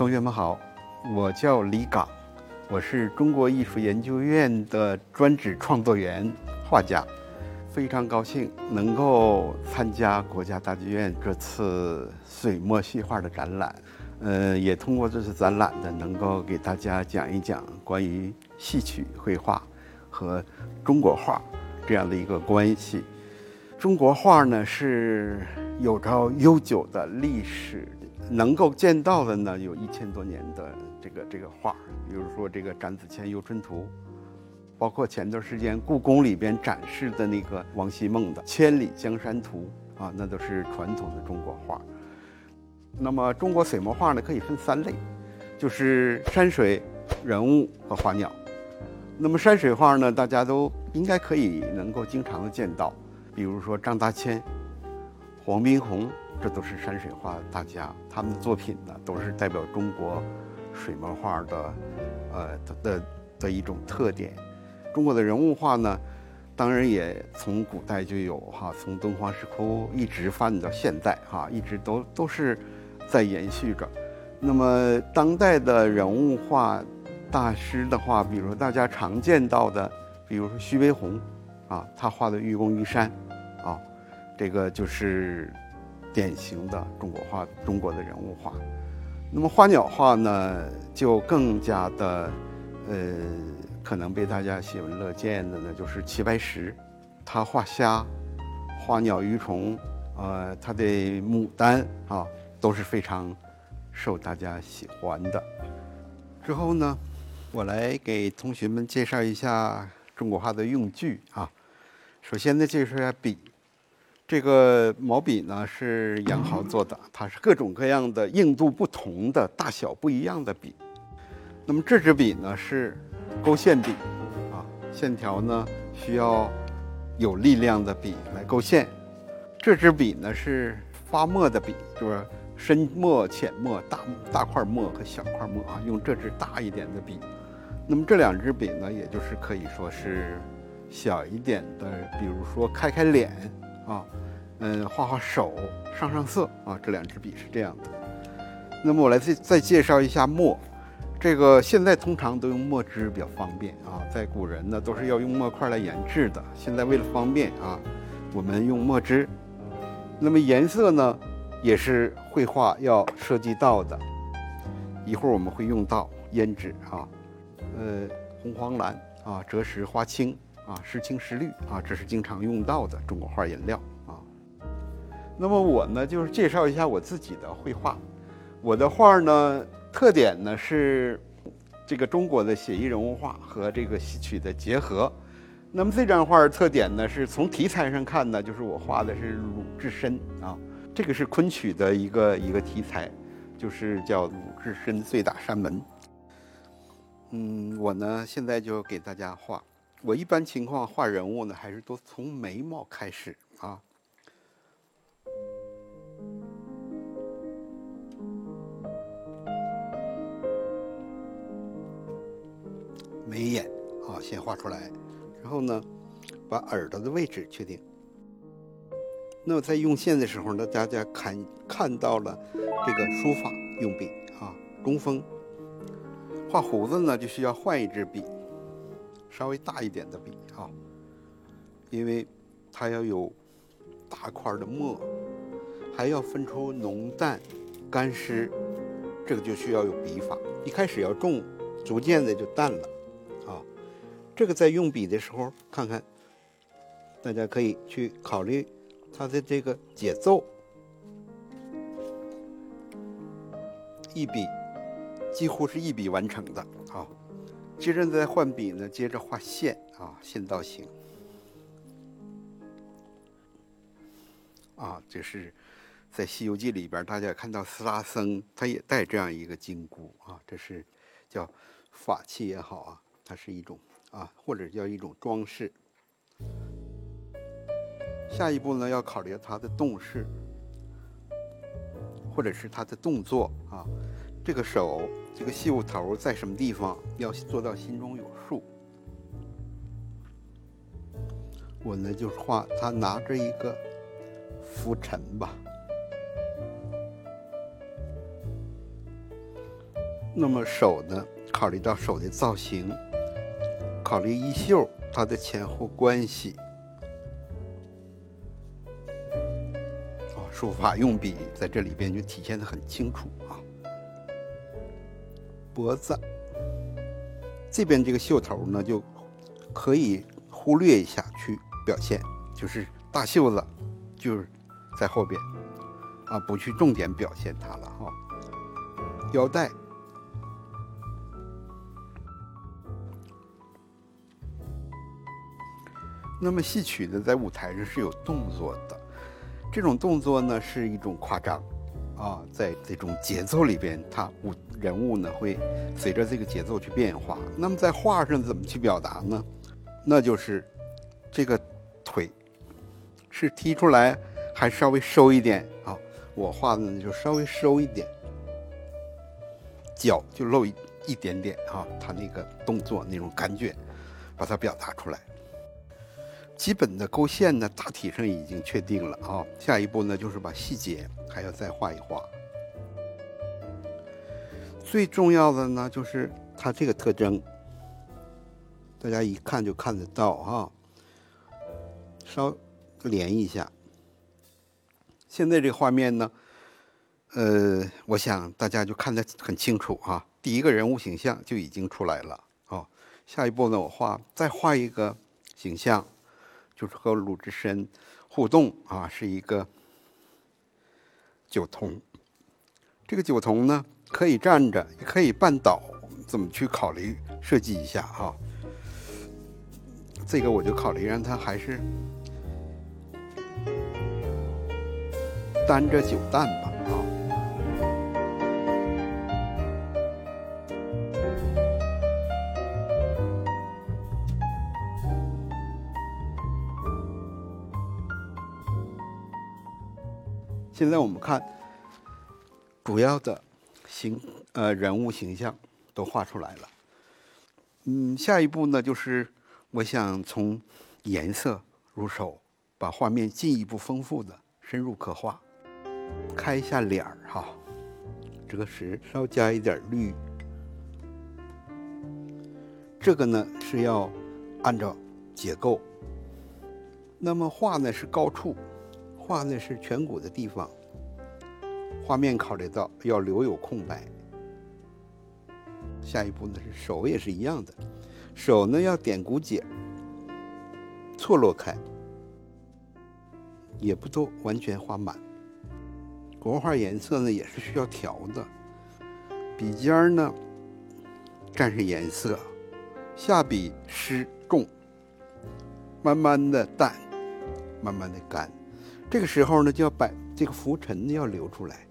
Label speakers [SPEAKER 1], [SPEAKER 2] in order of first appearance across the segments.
[SPEAKER 1] 同学们好，我叫李岗，我是中国艺术研究院的专职创作员、画家，非常高兴能够参加国家大剧院这次水墨戏画的展览。也通过这次展览呢，能够给大家讲一讲关于戏曲绘画和中国画这样的一个关系。中国画呢是有着悠久的历史，能够见到的呢有1000多年的这个画，比如说这个展子虔游春图，包括前段时间故宫里边展示的那个王希孟的《千里江山图》啊，那都是传统的中国画。那么中国水墨画呢可以分3类，就是山水、人物和花鸟。那么山水画呢，大家都应该可以能够经常的见到，比如说张大千、黄宾虹，这都是山水画大家，他们的作品呢都是代表中国水墨画的一种特点。中国的人物画呢，当然也从古代就有哈，从敦煌石窟一直发展到现在哈，一直都是在延续着。那么当代的人物画大师的话，比如说大家常见到的，比如说徐悲鸿啊，他画的愚公移山啊，这个就是典型的中国的人物画。那么花鸟画呢，就更加的可能被大家喜闻乐见的呢，就是齐白石，他画虾、花鸟鱼虫，他的牡丹啊，都是非常受大家喜欢的。之后呢，我来给同学们介绍一下中国画的用具啊。首先呢，介绍一下笔。这个毛笔呢是羊毫做的，它是各种各样的硬度不同的、大小不一样的笔。那么这支笔呢是勾线笔啊，线条呢需要有力量的笔来勾线。这支笔呢是发墨的笔，就是深墨、浅墨、大块墨和小块墨啊，用这支大一点的笔。那么这2支笔呢，也就是可以说是小一点的，比如说开脸啊，画手、上色啊，这2支笔是这样的。那么我来再介绍一下墨。这个现在通常都用墨汁比较方便啊，在古人呢都是要用墨块来研制的，现在为了方便啊，我们用墨汁。那么颜色呢，也是绘画要涉及到的，一会儿我们会用到胭脂啊，红黄蓝啊，赭石花青啊，石青石绿啊，这是经常用到的中国画颜料啊。那么我呢，就是介绍一下我自己的绘画。我的画呢，特点呢是这个中国的写意人物画和这个戏曲的结合。那么这张画的特点呢，是从题材上看呢，就是我画的是鲁智深啊，这个是昆曲的一个题材，就是叫鲁智深醉打山门。我呢现在就给大家画。我一般情况画人物呢，还是都从眉毛开始啊。眉眼啊，先画出来，然后呢，把耳朵的位置确定。那么在用线的时候呢，大家看到了这个书法用笔啊，中锋。画胡子呢，就需要换一支笔，稍微大一点的笔啊，因为它要有大块的墨，还要分出浓淡、干湿，这个就需要有笔法。一开始要重，逐渐的就淡了。这个在用笔的时候，看看，大家可以去考虑它的这个节奏，几乎是一笔完成的啊。接着再换笔呢，接着画线啊，线道形啊，这是在《西游记》里边，大家看到沙僧他也带这样一个金箍啊，这是叫法器也好啊，它是一种啊，或者叫一种装饰。下一步呢，要考虑它的动势，或者是它的动作啊。这个手，这个细物头在什么地方，要做到心中有数。我呢就画他拿着一个拂尘吧， 那么手呢，考虑到手的造型，考虑衣袖它的前后关系。书法用笔在这里边就体现得很清楚啊。脖子这边这个袖头呢，就可以忽略一下去表现，就是大袖子就是在后边啊，不去重点表现它了哈。腰带，那么戏曲呢，在舞台上是有动作的，这种动作呢是一种夸张啊，在这种节奏里边，人物呢会随着这个节奏去变化。那么在画上怎么去表达呢？那就是这个腿是踢出来，还稍微收一点啊。我画的呢就稍微收一点，脚就露一点点啊，他那个动作那种感觉，把它表达出来。基本的勾线呢，大体上已经确定了啊。下一步呢，就是把细节还要再画一画。最重要的呢，就是它这个特征，大家一看就看得到啊。稍连一下。现在这个画面呢，我想大家就看得很清楚啊。第一个人物形象就已经出来了啊。下一步呢，再画一个形象。就是和鲁智深互动啊，是一个酒童。这个酒童呢，可以站着，也可以半倒，怎么去考虑设计一下哈？这个我就考虑让他还是担着酒担吧啊。现在我们看主要的人物形象都画出来了。下一步呢，就是我想从颜色入手，把画面进一步丰富的深入刻画。开一下脸儿哈，这时稍加一点绿。这个呢是要按照结构。那么画呢是高处。画呢是颧骨的地方，画面考虑到要留有空白。下一步呢是手也是一样的，手呢要点骨节，错落开，也不都完全画满。国画颜色呢也是需要调的，笔尖呢沾上颜色，下笔湿重，慢慢的淡，慢慢的干。这个时候呢，就要把这个浮尘要留出来，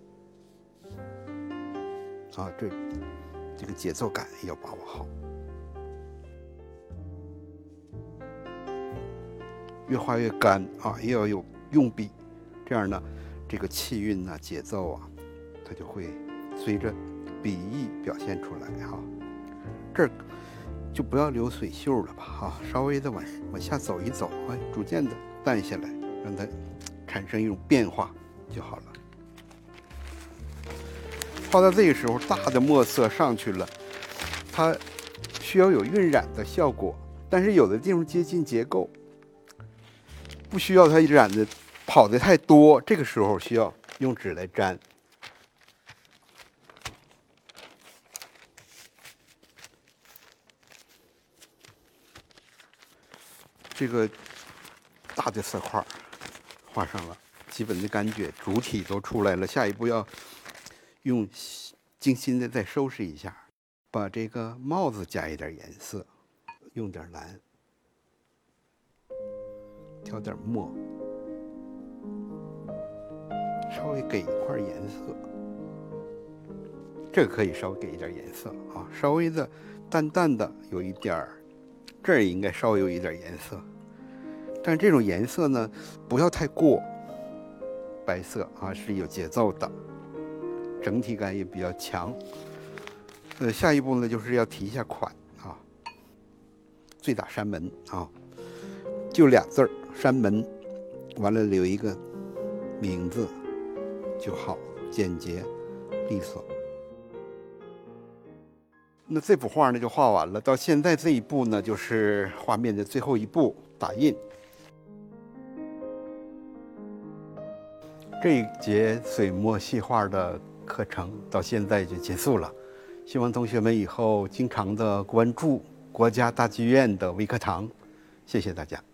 [SPEAKER 1] 啊，这个节奏感要把握好，越画越干啊，也要有用笔，这样呢，这个气韵啊、节奏啊，它就会随着笔意表现出来哈。这儿就不要留水袖了吧，哈，稍微的往下走一走，哎，逐渐的淡下来，让它产生一种变化就好了。画到这个时候，大的墨色上去了，它需要有晕染的效果，但是有的地方接近结构，不需要它染的跑得太多，这个时候需要用纸来沾。这个大的色块画上了，基本的感觉主体都出来了。下一步要用精心的再收拾一下，把这个帽子加一点颜色，用点蓝，调点墨，稍微给一块颜色。这个可以稍微给一点颜色啊，稍微的淡淡的有一点儿，这儿也应该稍微有一点颜色。但这种颜色呢，不要太过白色啊，是有节奏的，整体感也比较强。下一步呢，就是要提一下款啊，醉打山门啊，就俩字儿山门，完了留一个名字就好，简洁利索。 那这幅画呢就画完了，到现在这一步呢，就是画面的最后一步打印。这一节水墨细画的课程到现在就结束了，希望同学们以后经常的关注国家大剧院的微课堂，谢谢大家。